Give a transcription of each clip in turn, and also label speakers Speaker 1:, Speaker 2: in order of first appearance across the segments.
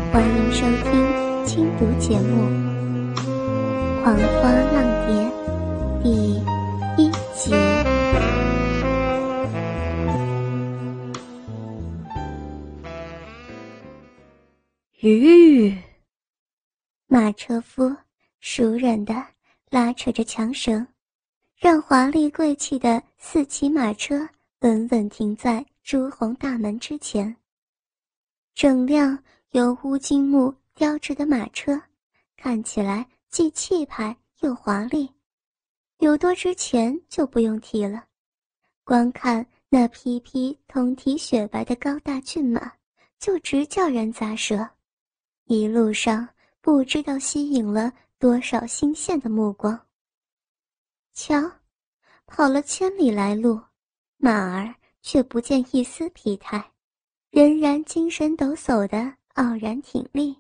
Speaker 1: 欢迎收听轻读节目《狂花浪蝶》第1集。马车夫熟稔地拉扯着墙绳，让华丽贵气的4骑马车稳稳停在朱红大门之前。整辆由乌金木雕制的马车看起来既气派又华丽，有多值钱就不用提了，光看那匹匹通体雪白的高大骏马就直叫人咂舌，一路上不知道吸引了多少新鲜的目光。瞧，跑了千里来路，马儿却不见一丝疲态，仍然精神抖擞地傲然挺立。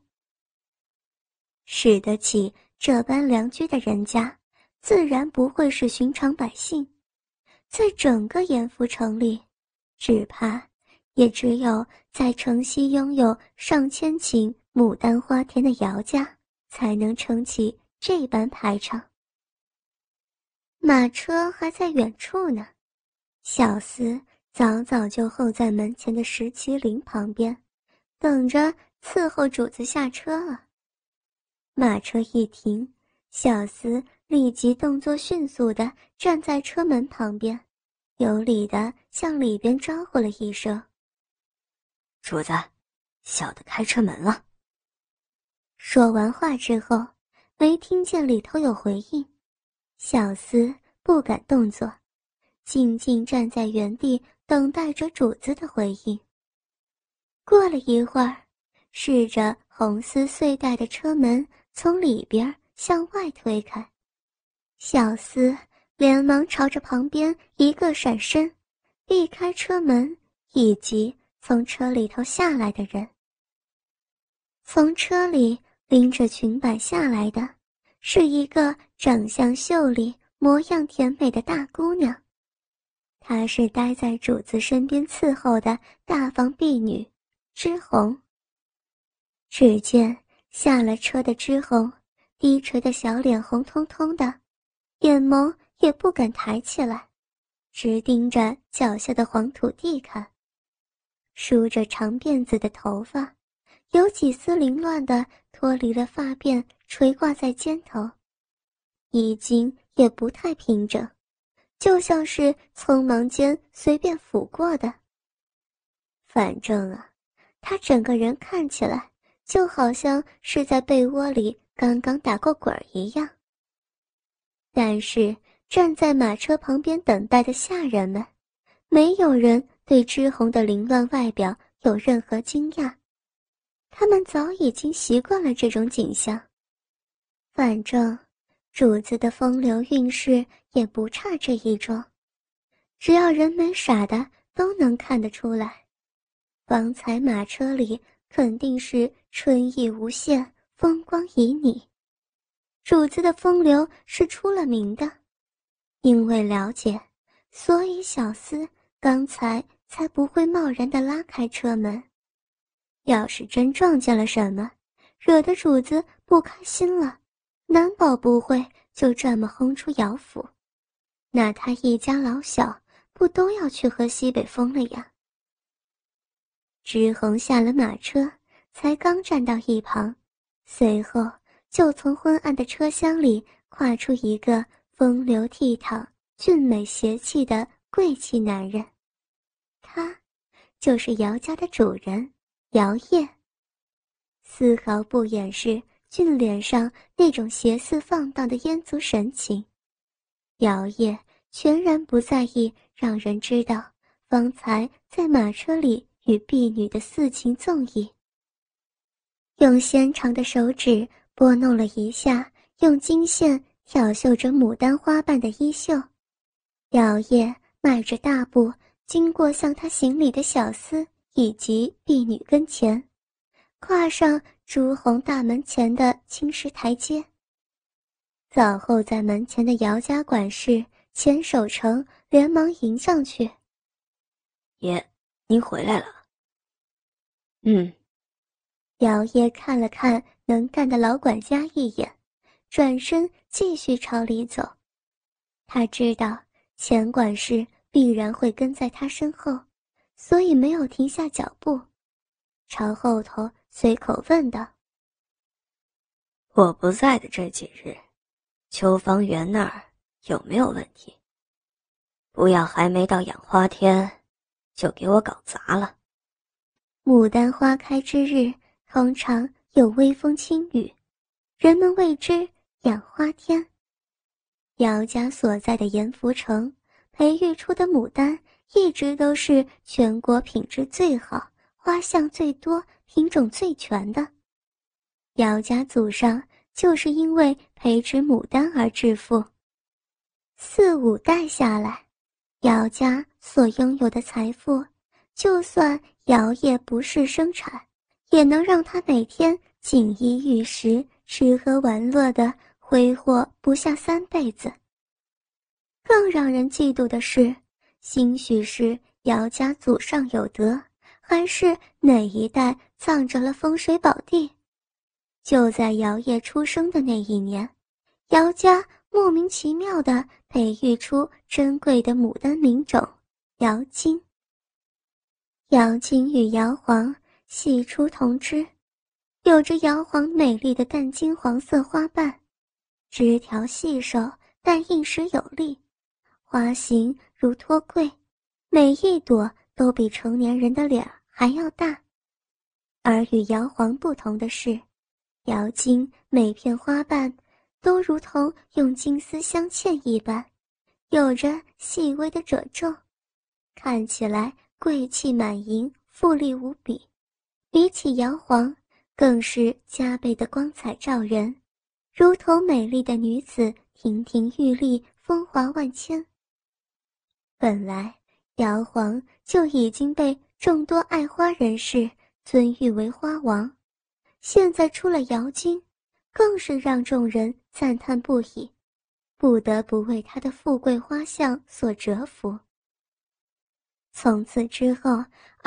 Speaker 1: 使得起这般良居的人家，自然不会是寻常百姓，在整个盐福城里，只怕也只有在城西拥有上千顷牡丹花田的姚家，才能撑起这般排场。马车还在远处呢，小厮早早就候在门前的石麒麟旁边，等着伺候主子下车了。马车一停，小厮立即动作迅速地站在车门旁边，有礼地向里边招呼了一声：“
Speaker 2: 主子，小的开车门了。”
Speaker 1: 说完话之后，没听见里头有回应，小厮不敢动作，静静站在原地等待着主子的回应。过了一会儿，试着红丝碎带的车门从里边向外推开，小厮连忙朝着旁边一个闪身，避开车门以及从车里头下来的人。从车里拎着裙摆下来的是一个长相秀丽、模样甜美的大姑娘，她是待在主子身边伺候的大方婢女芝红。只见下了车的芝红低垂的小脸红彤彤的，眼眸也不敢抬起来，直盯着脚下的黄土地看。梳着长辫子的头发有几丝凌乱地脱离了发辫，垂挂在肩头，衣襟也不太平整，就像是匆忙间随便抚过的。反正啊，他整个人看起来就好像是在被窝里刚刚打过滚一样。但是站在马车旁边等待的下人们，没有人对芝红的凌乱外表有任何惊讶，他们早已经习惯了这种景象。反正主子的风流韵事也不差这一桩，只要人没傻的都能看得出来，方才马车里肯定是春意无限，风光旖旎。主子的风流是出了名的，因为了解，所以小厮刚才才不会贸然地拉开车门。要是真撞见了什么，惹得主子不开心了，难保不会就这么轰出姚府，那他一家老小不都要去喝西北风了呀？芝红下了马车，才刚站到一旁，随后就从昏暗的车厢里跨出一个风流倜傥、俊美邪气的贵气男人，他就是姚家的主人姚烨，丝毫不掩饰俊脸上那种邪肆放荡的烟足神情。姚烨全然不在意让人知道方才在马车里与婢女的私情纵意，用纤长的手指拨弄了一下用金线挑绣着牡丹花瓣的衣袖，姚烨迈着大步经过向他行礼的小厮以及婢女跟前，跨上朱红大门前的青石台阶。早候在门前的姚家管事钱守成连忙迎上去：“
Speaker 2: 爷，您回来了。”“
Speaker 1: 姚烨看了看能干的老管家一眼，转身继续朝里走。他知道钱管事必然会跟在他身后，所以没有停下脚步，朝后头随口问道：
Speaker 2: 我不在的这几日，秋芳园那儿有没有问题？不要还没到养花天，就给我搞砸了。
Speaker 1: 牡丹花开之日，通常有微风轻雨，人们谓之养花天。姚家所在的盐福城培育出的牡丹一直都是全国品质最好、花相最多、品种最全的。姚家祖上就是因为培植牡丹而致富。4、5代下来，姚家所拥有的财富，就算姚烨不是生产，也能让他每天锦衣玉食、吃喝玩乐的挥霍不下3辈子。更让人嫉妒的是，兴许是姚家祖上有德，还是哪一代藏着了风水宝地。就在姚烨出生的那一年，姚家莫名其妙地培育出珍贵的牡丹名种姚金。姚金与姚黄系出同枝，有着姚黄美丽的淡金黄色花瓣，枝条细瘦但硬实有力，花形如托柜，每一朵都比成年人的脸还要大。而与姚黄不同的是，姚金每片花瓣都如同用金丝镶嵌一般，有着细微的褶皱，看起来贵气满盈，富丽无比。比起姚黄，更是加倍的光彩照人，如同美丽的女子亭亭玉立，风华万千。本来姚黄就已经被众多爱花人士尊誉为花王，现在出了姚金，更是让众人赞叹不已，不得不为他的富贵花相所折服。从此之后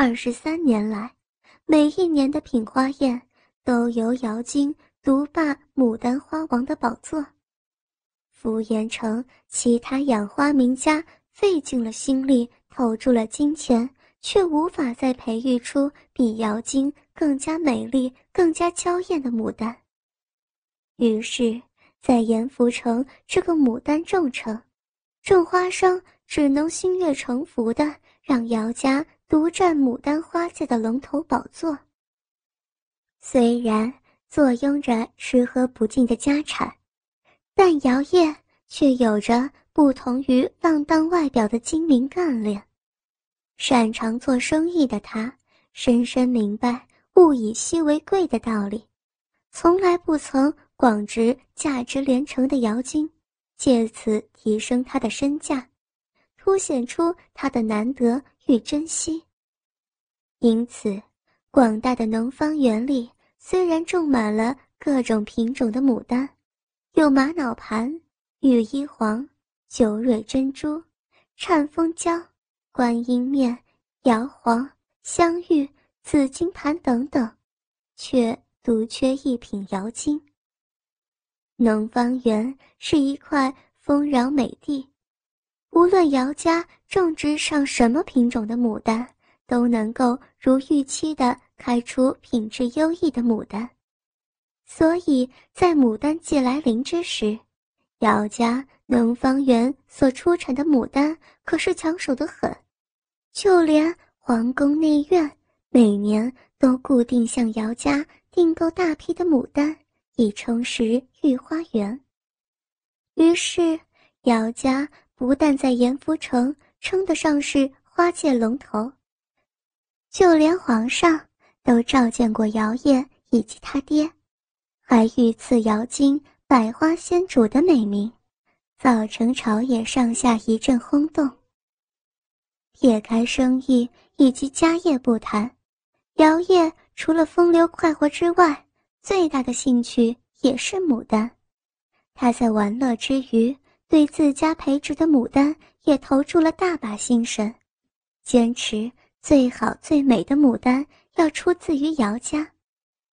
Speaker 1: 23年来，每一年的品花宴都由姚金独霸牡丹花王的宝座。福盐城其他养花名家费尽了心力，投注了金钱，却无法再培育出比姚金更加美丽、更加娇艳的牡丹。于是在盐福城这个牡丹重城，种花商只能心悦诚服地让姚家独占牡丹花界的龙头宝座。虽然坐拥着吃喝不尽的家产，但姚烨却有着不同于浪荡外表的精明干练。擅长做生意的他，深深明白物以稀为贵的道理，从来不曾广植价值连城的姚金，借此提升他的身价，凸显出他的难得与珍惜。因此，广大的农方园里虽然种满了各种品种的牡丹，有玛瑙盘、羽衣黄、九蕊珍珠、颤风椒、观音面、瑶黄、香玉、紫金盘等等，却独缺一品姚金。农方园是一块丰饶美地，无论姚家种植上什么品种的牡丹，都能够如预期地开出品质优异的牡丹。所以在牡丹季来临之时，姚家农方园所出产的牡丹可是抢手得很，就连皇宫内院每年都固定向姚家订购大批的牡丹，以充实御花园。于是姚家不但在盐福城称得上是花界龙头，就连皇上都召见过姚烨以及他爹，还御赐姚金百花仙主的美名，造成朝野上下一阵轰动。撇开生意以及家业不谈，姚烨除了风流快活之外，最大的兴趣也是牡丹。他在玩乐之余，对自家培植的牡丹也投注了大把心神，坚持最好最美的牡丹要出自于姚家。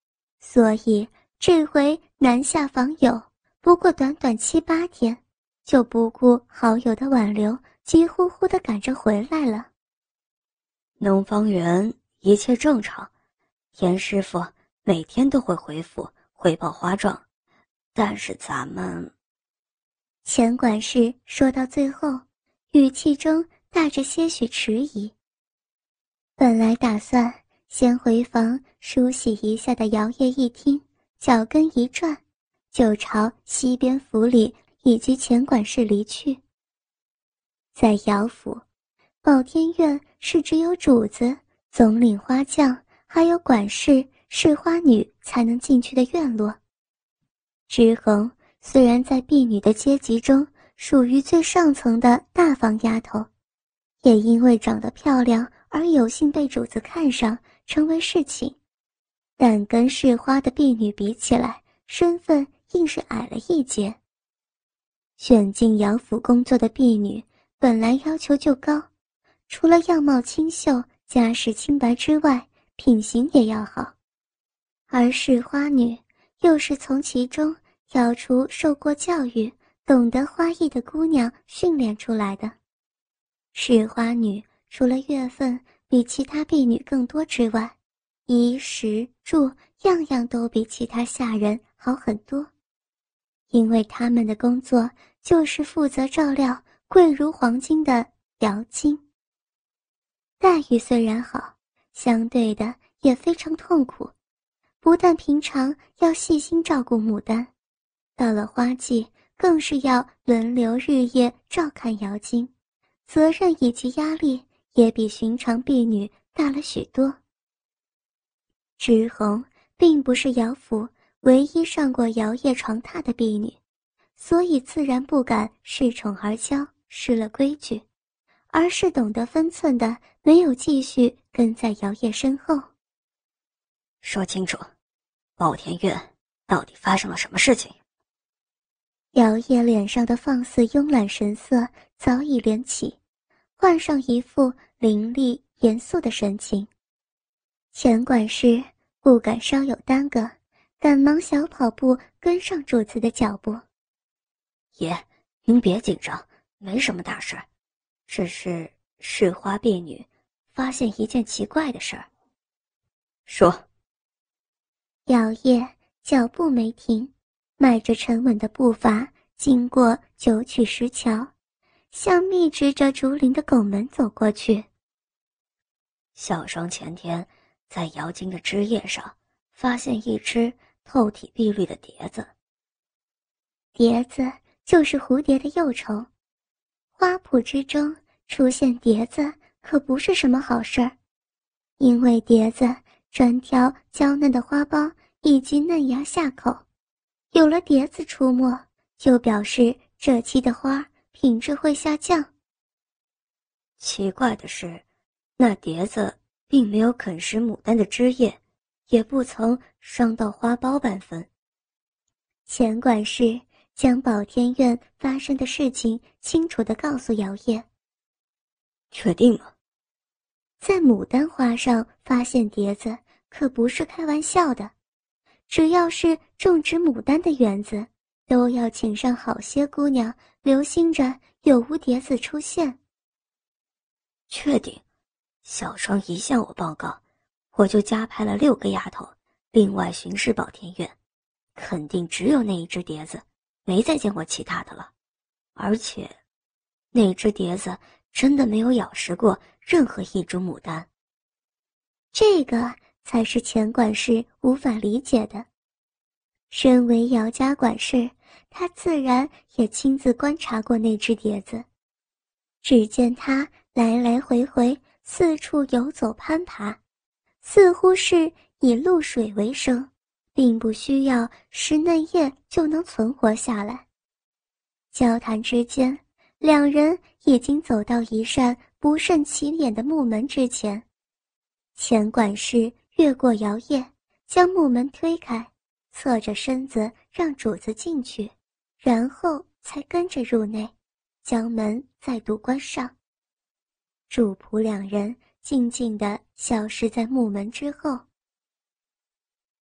Speaker 1: 所以这回南下访友，不过短短7、8天，就不顾好友的挽留，急呼呼地赶着回来了。
Speaker 2: 农方园一切正常，严师傅每天都会回府汇报花状，但是咱们……
Speaker 1: 钱管事说到最后，语气中带着些许迟疑。本来打算先回房梳洗一下的姚烨一听，脚跟一转，就朝西边府里以及钱管事离去。在姚府，保天院是只有主子、总领花匠还有管事、侍花女才能进去的院落。之恒虽然在婢女的阶级中属于最上层的大方丫头，也因为长得漂亮而有幸被主子看上，成为侍寝，但跟侍花的婢女比起来，身份硬是矮了一截。选进姚府工作的婢女本来要求就高，除了样貌清秀、家世清白之外，品行也要好，而侍花女又是从其中挑出受过教育、懂得花艺的姑娘训练出来的。侍花女除了月份比其他婢女更多之外，衣食住样样都比其他下人好很多，因为他们的工作就是负责照料贵如黄金的瑶金。待遇虽然好，相对的也非常痛苦，不但平常要细心照顾牡丹，到了花季更是要轮流日夜照看瑶金，责任以及压力也比寻常婢女大了许多。知红并不是姚府唯一上过姚烨床榻的婢女，所以自然不敢恃宠而骄，失了规矩，而是懂得分寸的没有继续跟在姚烨身后。
Speaker 2: 说清楚，保田院到底发生了什么事情？
Speaker 1: 姚烨脸上的放肆慵懒神色早已敛起，换上一副凌厉严肃的神情。钱管事不敢稍有耽搁，赶忙小跑步跟上主子的脚步。
Speaker 2: 爷，您别紧张，没什么大事，只是侍花婢女发现一件奇怪的事儿。说。
Speaker 1: 姚烨脚步没停，迈着沉稳的步伐经过九曲石桥，向密植着竹林的拱门走过去。
Speaker 2: 小双前天在瑶金的枝叶上发现一只透体碧绿的蝶子。
Speaker 1: 蝶子就是蝴蝶的幼虫，花圃之中出现蝶子可不是什么好事儿，因为蝶子专挑娇嫩的花苞以及嫩芽下口，有了蝶子出没，就表示这期的花品质会下降。
Speaker 2: 奇怪的是，那蝶子并没有啃食牡丹的枝叶，也不曾伤到花苞半分。
Speaker 1: 钱管事将保天院发生的事情清楚地告诉姚烨。
Speaker 2: 确定吗？
Speaker 1: 在牡丹花上发现蝶子可不是开玩笑的，只要是种植牡丹的园子，都要请上好些姑娘留心着有无蝶子出现。
Speaker 2: 确定，小双一向我报告，我就加派了6个丫头，另外巡视保天院，肯定只有那一只蝶子，没再见过其他的了。而且，那只蝶子真的没有咬食过任何一株牡丹。
Speaker 1: 这个才是钱管事无法理解的。身为姚家管事，他自然也亲自观察过那只蝶子。只见它来来回回四处游走攀爬，似乎是以露水为生，并不需要食嫩叶就能存活下来。交谈之间，两人已经走到一扇不甚起眼的木门之前。钱管事越过姚烨，将木门推开，侧着身子让主子进去，然后才跟着入内，将门再度关上。主仆2人静静地消失在木门之后。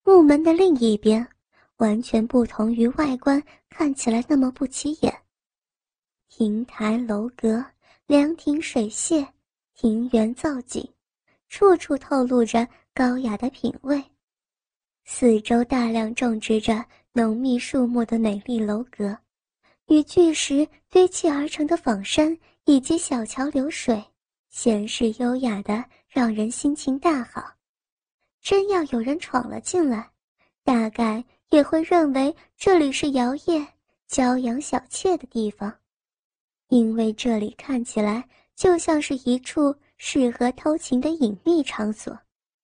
Speaker 1: 木门的另一边，完全不同于外观看起来那么不起眼。亭台楼阁，凉亭水榭，庭园造景，处处透露着高雅的品味。四周大量种植着浓密树木的美丽楼阁，与巨石堆砌而成的仿山以及小桥流水，闲适优雅的让人心情大好。真要有人闯了进来，大概也会认为这里是姚烨娇养小妾的地方，因为这里看起来就像是一处适合偷情的隐秘场所。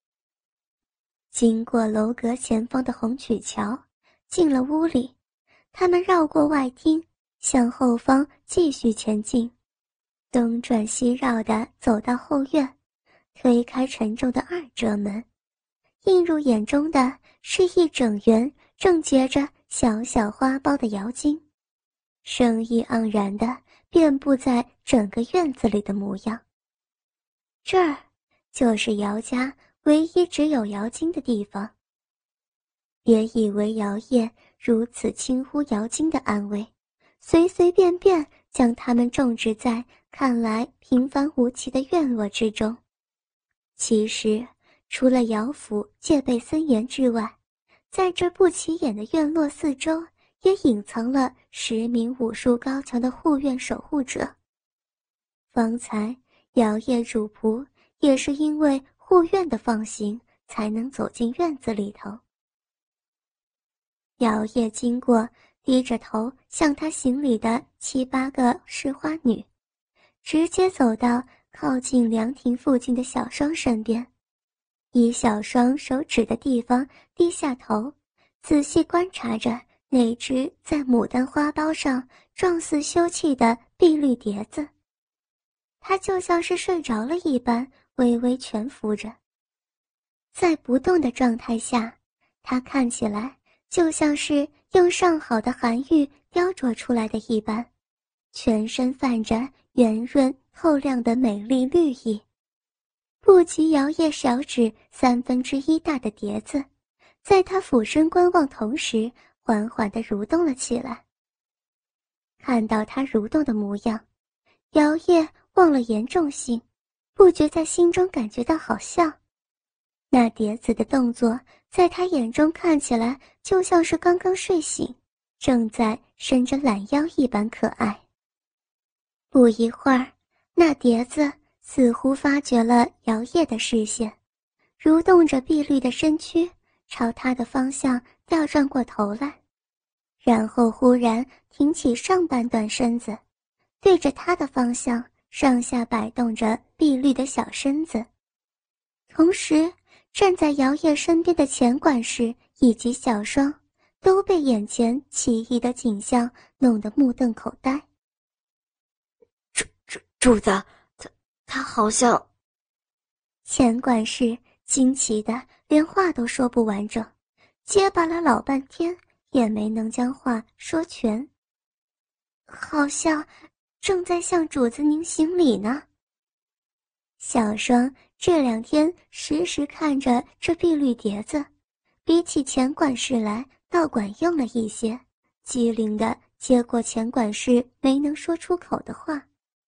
Speaker 1: 经过楼阁前方的红曲桥，进了屋里，他们绕过外厅，向后方继续前进，东转西绕地走到后院，推开沉重的二折门，映入眼中的是一整园正结着小小花苞的瑶金，生意盎然地遍布在整个院子里的模样。这儿就是姚家唯一只有瑶金的地方。别以为姚烨如此轻忽瑶金的安危，随随便便将它们种植在看来平凡无奇的院落之中。其实除了姚府戒备森严之外，在这不起眼的院落四周也隐藏了10名武术高强的护院守护者。方才姚烨主仆也是因为护院的放行才能走进院子里头。姚烨经过低着头向他行礼的7、8个侍花女，直接走到靠近凉亭附近的小双身边，以小双手指的地方低下头，仔细观察着那只在牡丹花苞上状似休憩的碧绿蝶子。它就像是睡着了一般，微微蜷伏着。在不动的状态下，它看起来就像是用上好的寒玉雕琢出来的一般，全身泛着圆润透亮的美丽绿意。不及摇曳小指1/3大的碟子，在他俯身观望同时，缓缓地蠕动了起来。看到他蠕动的模样，摇曳忘了严重性，不觉在心中感觉到好笑。那碟子的动作在他眼中看起来就像是刚刚睡醒，正在伸着懒腰一般可爱。不一会儿，那碟子似乎发觉了摇曳的视线，蠕动着碧绿的身躯朝他的方向调转过头来，然后忽然挺起上半段身子，对着他的方向上下摆动着碧绿的小身子。同时站在摇曳身边的钱管事以及小双都被眼前奇异的景象弄得目瞪口呆。
Speaker 2: 主子，他好像……
Speaker 1: 钱管事惊奇的连话都说不完整，结巴了老半天也没能将话说全。好像正在向主子您行礼呢。小双这2天时时看着这碧绿碟子，比起钱管事来倒管用了一些，机灵地接过钱管事没能说出口的话。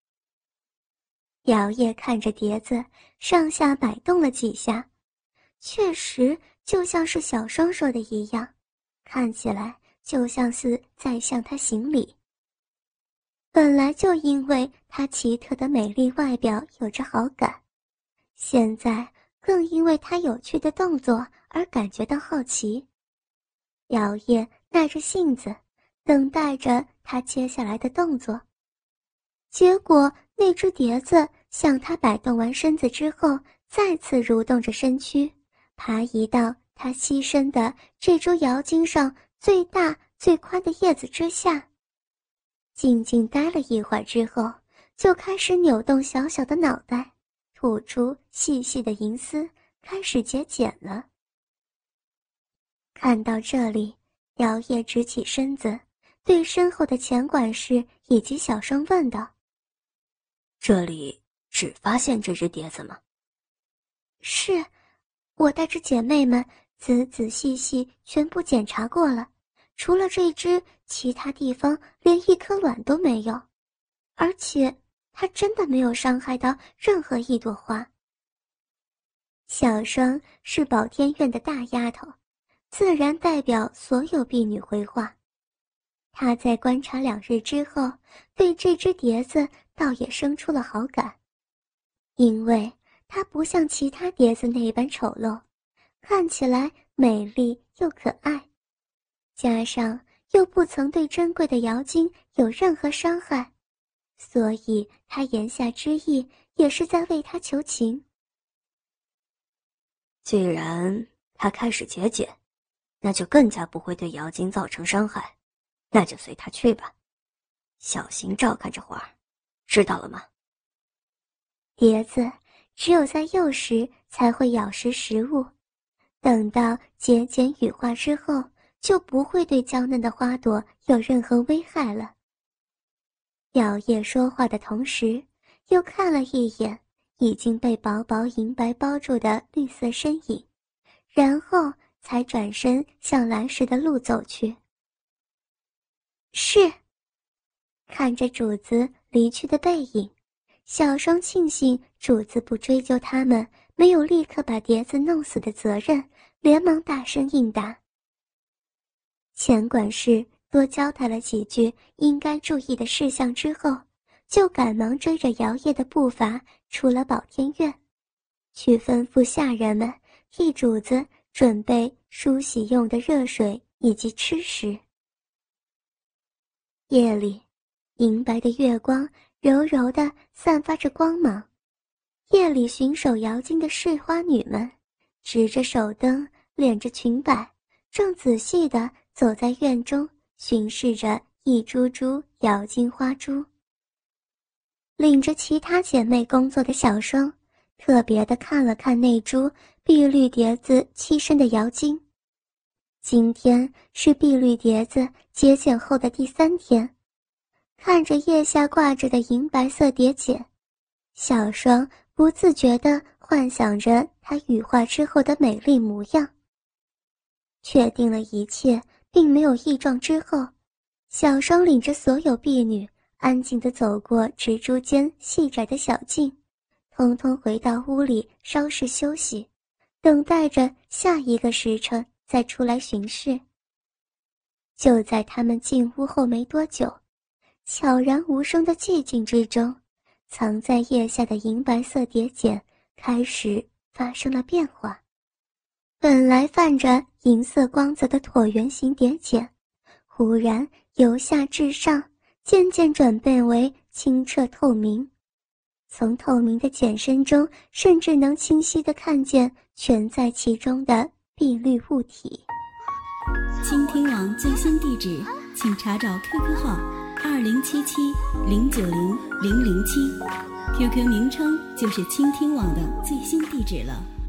Speaker 1: 摇曳看着碟子上下摆动了几下，确实就像是小双说的一样，看起来就像是在向他行礼。本来就因为她奇特的美丽外表有着好感，现在更因为她有趣的动作而感觉到好奇。摇曳耐着性子等待着她接下来的动作，结果那只碟子向她摆动完身子之后，再次蠕动着身躯，爬移到她栖身的这株瑶茎上最大最宽的叶子之下。静静待了一会儿之后，就开始扭动小小的脑袋，吐出细细的银丝，开始节俭了。看到这里，摇曳直起身子，对身后的钱管事以及小双问道：“
Speaker 2: 这里只发现这只碟子吗？”“
Speaker 1: 是，我带着姐妹们仔仔细细全部检查过了，除了这只，其他地方连一颗卵都没有，而且它真的没有伤害到任何一朵花。小双是保天院的大丫头，自然代表所有婢女回话。她在观察2日之后，对这只蝶子倒也生出了好感，因为它不像其他蝶子那般丑陋，看起来美丽又可爱，加上又不曾对珍贵的瑶晶有任何伤害，所以他言下之意也是在为她求情。
Speaker 2: 既然他开始节俭，那就更加不会对瑶晶造成伤害，那就随他去吧，小心照看着花儿，知道了吗？
Speaker 1: 蝶子只有在幼时才会咬食食物，等到节俭羽化之后，就不会对娇嫩的花朵有任何危害了。小叶说话的同时，又看了一眼已经被薄薄银白包住的绿色身影，然后才转身向来时的路走去。是。看着主子离去的背影，小双庆幸主子不追究他们没有立刻把蝶子弄死的责任，连忙大声应答。钱管事多交代了几句应该注意的事项之后，就赶忙追着摇曳的步伐出了保天院，去吩咐下人们替主子准备梳洗用的热水以及吃食。夜里，银白的月光柔柔地散发着光芒，夜里巡守瑶晶的侍花女们执着手灯，敛着裙摆，正仔细地走在院中巡视着一株株瑶晶花株。领着其他姐妹工作的小双特别地看了看那株碧绿蝶子栖身的瑶晶。今天是碧绿蝶子节俭后的第3天，看着腋下挂着的银白色蝶茧，小双不自觉地幻想着它羽化之后的美丽模样。确定了一切并没有异状之后，小双领着所有婢女安静地走过植株间细窄的小径，通通回到屋里稍事休息，等待着下一个时辰再出来巡视。就在他们进屋后没多久，悄然无声的寂静之中，藏在腋下的银白色蝶茧开始发生了变化。本来泛着银色光泽的椭圆形蝶茧，忽然由下至上渐渐转变为清澈透明，从透明的茧身中甚至能清晰地看见全在其中的碧绿物体。
Speaker 3: 倾听网最新地址，请查找 QQ 号2077090007，QQ 名称就是倾听网的最新地址了。